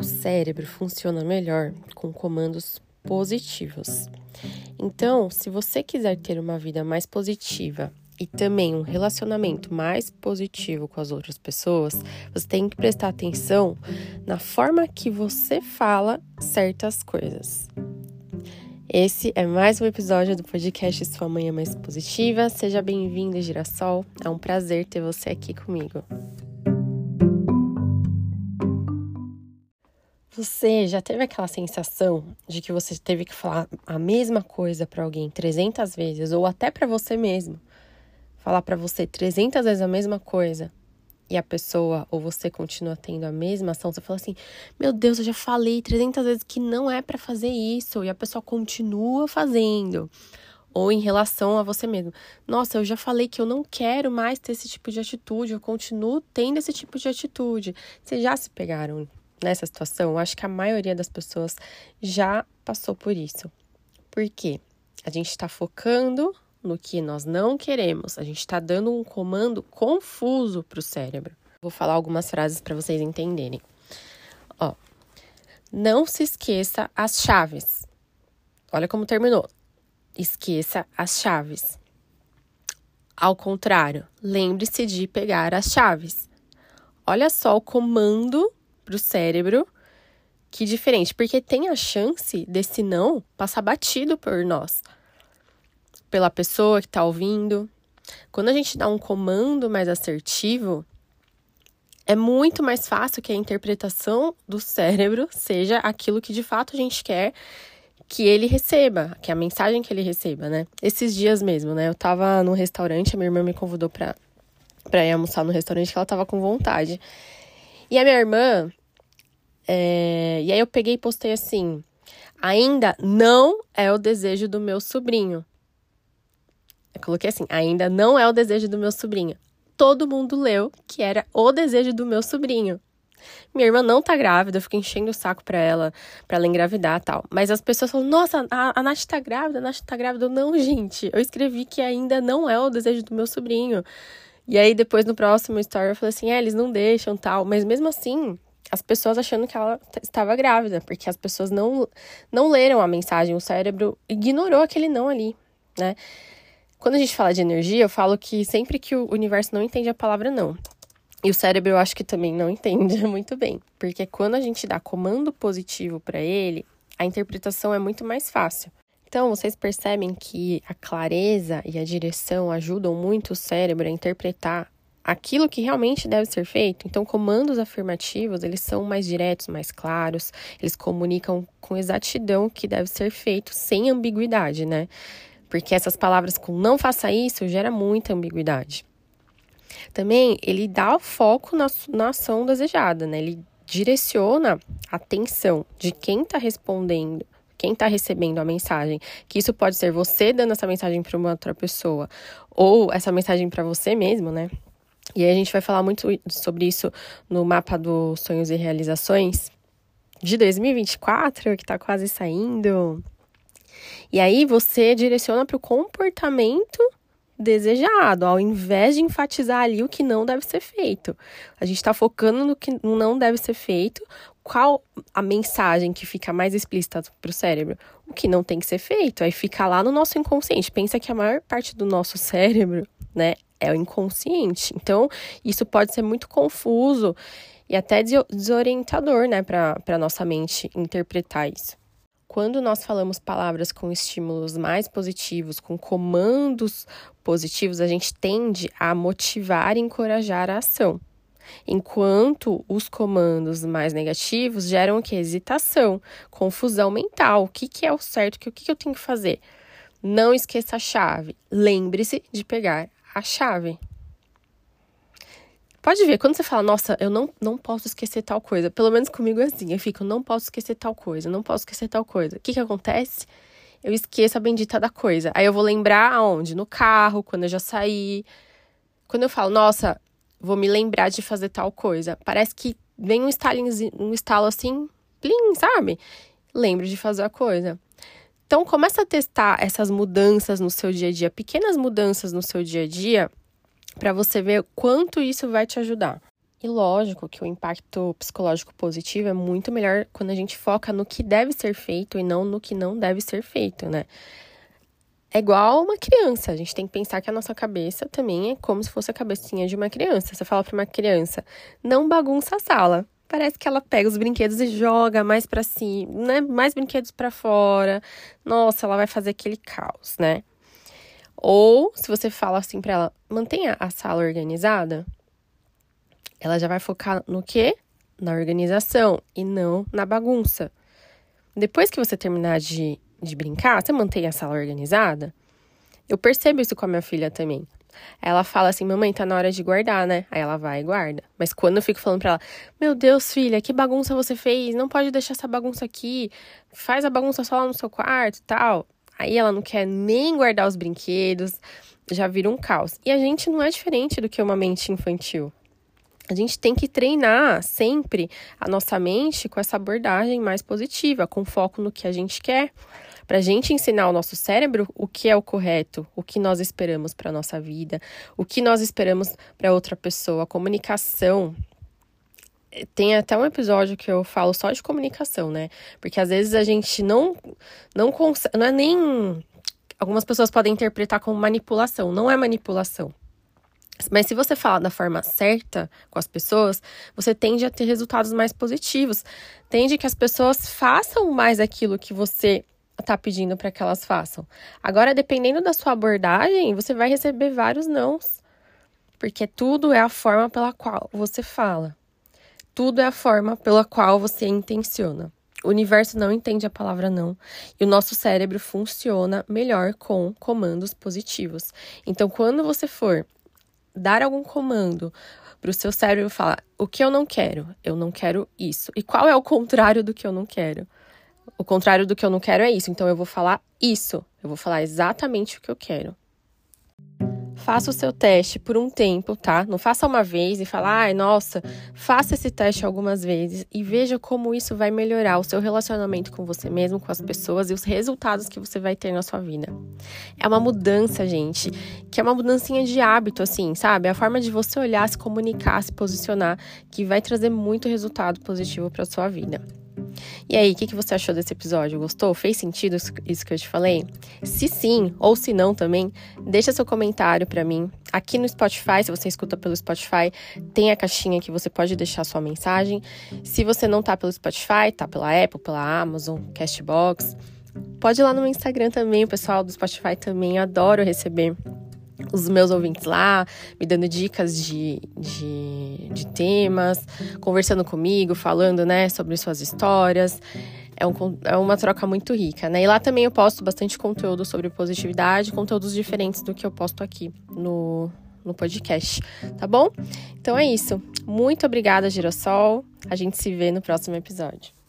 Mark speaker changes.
Speaker 1: O cérebro funciona melhor com comandos positivos. Então, se você quiser ter uma vida mais positiva e também um relacionamento mais positivo com as outras pessoas, você tem que prestar atenção na forma que você fala certas coisas. Esse é mais um episódio do podcast Sua Manhã Mais Positiva. Seja bem-vindo, Girassol. É um prazer ter você aqui comigo. Você já teve aquela sensação de que você teve que falar a mesma coisa para alguém 300 vezes, ou até para você mesmo? Falar para você 300 vezes a mesma coisa e a pessoa ou você continua tendo a mesma ação? Você fala assim, meu Deus, eu já falei 300 vezes que não é para fazer isso e a pessoa continua fazendo. Ou em relação a você mesmo. Nossa, eu já falei que eu não quero mais ter esse tipo de atitude, eu continuo tendo esse tipo de atitude. Vocês já se pegaram nessa situação? Eu acho que a maioria das pessoas já passou por isso. Por quê? A gente está focando no que nós não queremos. A gente está dando um comando confuso para o cérebro. Vou falar algumas frases para vocês entenderem. Não se esqueça as chaves. Olha como terminou. Esqueça as chaves. Ao contrário, lembre-se de pegar as chaves. Olha só o comando para o cérebro, que diferente, porque tem a chance desse não passar batido por nós, pela pessoa que está ouvindo. Quando a gente dá um comando mais assertivo, é muito mais fácil que a interpretação do cérebro seja aquilo que de fato a gente quer que ele receba, que a mensagem que ele receba, né? Esses dias mesmo, né? Eu tava no restaurante, a minha irmã me convidou pra ir almoçar no restaurante, que ela tava com vontade. E a minha irmã, e aí eu peguei e postei assim, ainda não é o desejo do meu sobrinho. Eu coloquei assim, ainda não é o desejo do meu sobrinho. Todo mundo leu que era o desejo do meu sobrinho. Minha irmã não tá grávida, eu fico enchendo o saco pra ela engravidar e tal. Mas as pessoas falam, nossa, a Nath tá grávida, a Nath tá grávida. Não, gente, eu escrevi que ainda não é o desejo do meu sobrinho. E aí, depois, no próximo story, eu falei assim, eles não deixam, tal. Mas mesmo assim, as pessoas achando que ela estava grávida, porque as pessoas não leram a mensagem, o cérebro ignorou aquele não ali, né? Quando a gente fala de energia, eu falo que sempre que o universo não entende a palavra não. E o cérebro eu acho que também não entende muito bem, porque quando a gente dá comando positivo para ele, a interpretação é muito mais fácil. Então, vocês percebem que a clareza e a direção ajudam muito o cérebro a interpretar aquilo que realmente deve ser feito. Então, comandos afirmativos, eles são mais diretos, mais claros, eles comunicam com exatidão o que deve ser feito, sem ambiguidade, né? Porque essas palavras com não faça isso gera muita ambiguidade. Também, ele dá o foco na ação desejada, né? Ele direciona a atenção de quem está respondendo, quem está recebendo a mensagem, que isso pode ser você dando essa mensagem para uma outra pessoa, ou essa mensagem para você mesmo, né? E aí a gente vai falar muito sobre isso no mapa dos sonhos e realizações de 2024, que está quase saindo. E aí você direciona para o comportamento desejado, ao invés de enfatizar ali o que não deve ser feito. A gente está focando no que não deve ser feito. Qual a mensagem que fica mais explícita para o cérebro? O que não tem que ser feito. Aí fica lá no nosso inconsciente. Pensa que a maior parte do nosso cérebro, né, é o inconsciente. Então, isso pode ser muito confuso e até desorientador, né, para a nossa mente interpretar isso. Quando nós falamos palavras com estímulos mais positivos, com comandos positivos, a gente tende a motivar e encorajar a ação. Enquanto os comandos mais negativos geram o quê? Hesitação, confusão mental. O que é o certo? O que eu tenho que fazer? Não esqueça a chave. Lembre-se de pegar a chave. Pode ver, quando você fala, nossa, eu não posso esquecer tal coisa. Pelo menos comigo é assim, eu fico, não posso esquecer tal coisa, não posso esquecer tal coisa. O que acontece? Eu esqueço a bendita da coisa. Aí eu vou lembrar aonde? No carro, quando eu já saí. Quando eu falo, nossa, vou me lembrar de fazer tal coisa. Parece que vem um estalo assim, plim, sabe? Lembro de fazer a coisa. Então, começa a testar essas mudanças no seu dia a dia, pequenas mudanças no seu dia a dia, para você ver quanto isso vai te ajudar. E lógico que o impacto psicológico positivo é muito melhor quando a gente foca no que deve ser feito e não no que não deve ser feito, né? É igual uma criança, a gente tem que pensar que a nossa cabeça também é como se fosse a cabecinha de uma criança. Você fala para uma criança, não bagunça a sala. Parece que ela pega os brinquedos e joga mais para cima, né? Mais brinquedos para fora. Nossa, ela vai fazer aquele caos, né? Ou se você fala assim para ela, mantenha a sala organizada, ela já vai focar no quê? Na organização e não na bagunça. Depois que você terminar de brincar, você mantém a sala organizada? Eu percebo isso com a minha filha também. Ela fala assim, mamãe, tá na hora de guardar, né? Aí ela vai e guarda. Mas quando eu fico falando pra ela, meu Deus, filha, que bagunça você fez? Não pode deixar essa bagunça aqui. Faz a bagunça só lá no seu quarto e tal. Aí ela não quer nem guardar os brinquedos. Já vira um caos. E a gente não é diferente do que uma mente infantil. A gente tem que treinar sempre a nossa mente com essa abordagem mais positiva, com foco no que a gente quer, para a gente ensinar o nosso cérebro o que é o correto, o que nós esperamos para a nossa vida, o que nós esperamos para outra pessoa. A comunicação. Tem até um episódio que eu falo só de comunicação, né? Porque às vezes a gente não consegue, não é nem... Algumas pessoas podem interpretar como manipulação, não é manipulação. Mas se você falar da forma certa com as pessoas, você tende a ter resultados mais positivos. Tende que as pessoas façam mais aquilo que você está pedindo para que elas façam. Agora, dependendo da sua abordagem, você vai receber vários nãos. Porque tudo é a forma pela qual você fala. Tudo é a forma pela qual você intenciona. O universo não entende a palavra não. E o nosso cérebro funciona melhor com comandos positivos. Então, quando você for dar algum comando para o seu cérebro falar, o que eu não quero isso. E qual é o contrário do que eu não quero? O contrário do que eu não quero é isso, então eu vou falar isso. Eu vou falar exatamente o que eu quero. Faça o seu teste por um tempo, tá? Não faça uma vez e fala, ai, nossa, faça esse teste algumas vezes e veja como isso vai melhorar o seu relacionamento com você mesmo, com as pessoas e os resultados que você vai ter na sua vida. É uma mudança, gente, que é uma mudancinha de hábito, assim, sabe? É a forma de você olhar, se comunicar, se posicionar, que vai trazer muito resultado positivo para sua vida. E aí, o que você achou desse episódio? Gostou? Fez sentido isso que eu te falei? Se sim, ou se não também, deixa seu comentário pra mim. Aqui no Spotify, se você escuta pelo Spotify, tem a caixinha que você pode deixar sua mensagem. Se você não tá pelo Spotify, tá pela Apple, pela Amazon, Castbox, pode ir lá no meu Instagram também, o pessoal do Spotify também, eu adoro receber os meus ouvintes lá, me dando dicas de temas, conversando comigo, falando, né, sobre suas histórias. É uma troca muito rica, né? E lá também eu posto bastante conteúdo sobre positividade, conteúdos diferentes do que eu posto aqui no podcast, tá bom? Então é isso. Muito obrigada, Girassol. A gente se vê no próximo episódio.